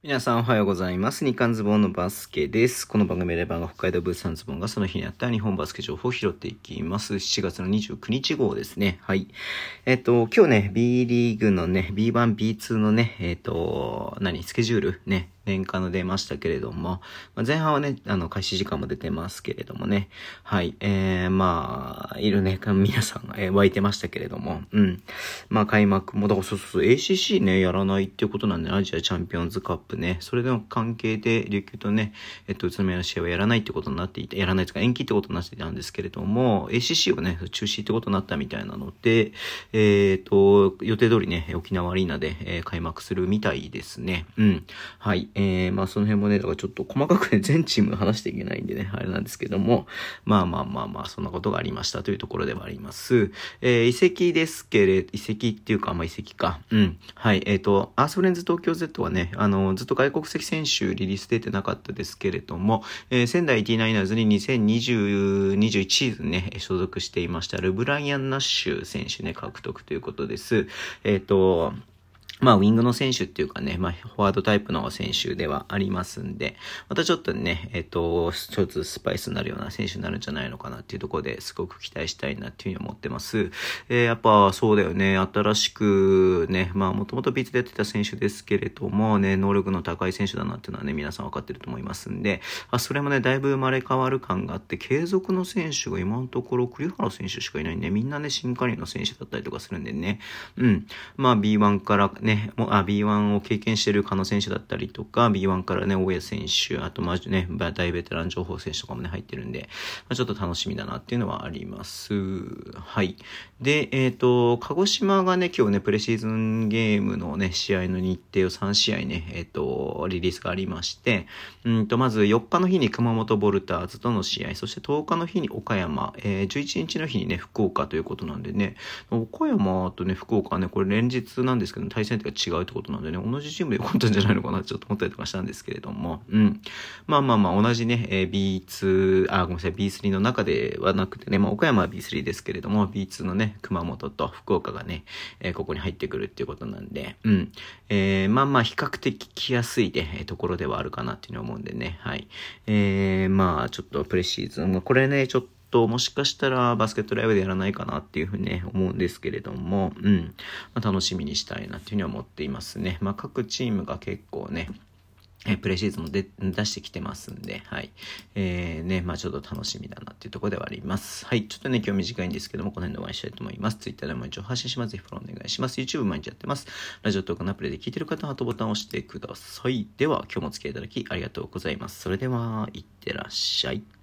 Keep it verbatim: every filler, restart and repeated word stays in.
皆さんおはようございます。日刊ズボンのバスケです。この番組レバーが北海道ブースタンズボンがその日にあった日本バスケ情報を拾っていきます。しちがつのにじゅうくにち号ですね。はい。えっと、今日ね、B リーグのね、ビーワン、ビーツー のね、えっと、何、スケジュールね、年間の出ましたけれども、まあ、前半はね、あの、開始時間も出てますけれどもね。はい。えー、まあ、いるね、皆さん、えー、湧いてましたけれども、うん。まあ、開幕も、だからそうそうそう、エーシーシー ね、やらないっていうことなんで、アジアチャンピオンズカップね、それでの関係で、琉球とね、えっと、宇都宮の試合はやらないってことになっていて、やらないというか延期ってことになっていたんですけれども、エーシーシー はね、中止ってことになったみたいなので、えっと、予定通りね、沖縄アリーナで、えー、開幕するみたいですね。うん。はい。えー、まあその辺もね、だからちょっと細かくね、全チーム話していけないんでね、あれなんですけども、まあまあまあまあ、そんなことがありましたというところではあります。えー、移籍ですけれど、移籍っていうか、まあ移籍か。うん。はい。えっと、アースフレンズ東京 Z はね、あの、ずっと外国籍選手リリース出てなかったですけれども、えー、仙台 ティーナイナーズににせんにじゅう、にじゅういちシーズンね、所属していましたルブライアン・ナッシュ選手ね、獲得ということです。えっと、まあ、ウィングの選手っていうかね、まあ、フォワードタイプの選手ではありますんで、またちょっとね、えっと、一つスパイスになるような選手になるんじゃないのかなっていうところですごく期待したいなっていうふうに思ってます。えー、やっぱそうだよね、新しくね、まあ、もともとビーツでやってた選手ですけれどもね、能力の高い選手だなっていうのはね、皆さん分かってると思いますんで、あ、それもね、だいぶ生まれ変わる感があって、継続の選手が今のところ栗原選手しかいないんで、みんなね、新加入の選手だったりとかするんでね、うん。まあ、ビーワン からね、ね、もうあ ビーワン を経験している加納選手だったりとか、ビーワン からね、大江選手、あとまあね、大ベテラン情報選手とかもね、入ってるんで、まあ、ちょっと楽しみだなっていうのはあります。はい。で、えっと、鹿児島がね、今日ね、プレシーズンゲームのね、試合の日程をさんしあいね、えっと、リリースがありまして、うんと、まずよっかの日に熊本ボルターズとの試合、そしてとおかの日に岡山、えー、じゅういちにちの日にね、福岡ということなんでね、岡山とね、福岡はね、これ連日なんですけど、対戦相手が違うってことなんでね、同じチームでよかったんじゃないのかなってちょっと思ったりとかしたんですけれども、うん。まあまあまあ、同じね、えー、ビーツー、あ、ごめんなさい、ビースリー の中ではなくてね、まあ、岡山は ビースリー ですけれども、ビーツー のね、熊本と福岡がね、えー、ここに入ってくるっていうことなんで、うん。えー、まあまあ、比較的来やすいで、えー、ところではあるかなっていうふうに思うんでね、はい。えー、まあ、ちょっとプレシーズン、これね、ちょっと、と、もしかしたらバスケットライブでやらないかなっていうふうにね、思うんですけれども、うん。まあ、楽しみにしたいなっていうふうに思っていますね。まあ、各チームが結構ね、えプレシーズンもで出してきてますんで、はい。えー、ね、まあちょっと楽しみだなっていうところではあります。はい。ちょっとね、今日短いんですけども、この辺でお会いしたいと思います。Twitter でも一応発信します。ぜひフォローお願いします。YouTube 毎日やってます。ラジオトークのアプリで聞いてる方はハートボタンを押してください。では、今日もお付き合いいただきありがとうございます。それでは、いってらっしゃい。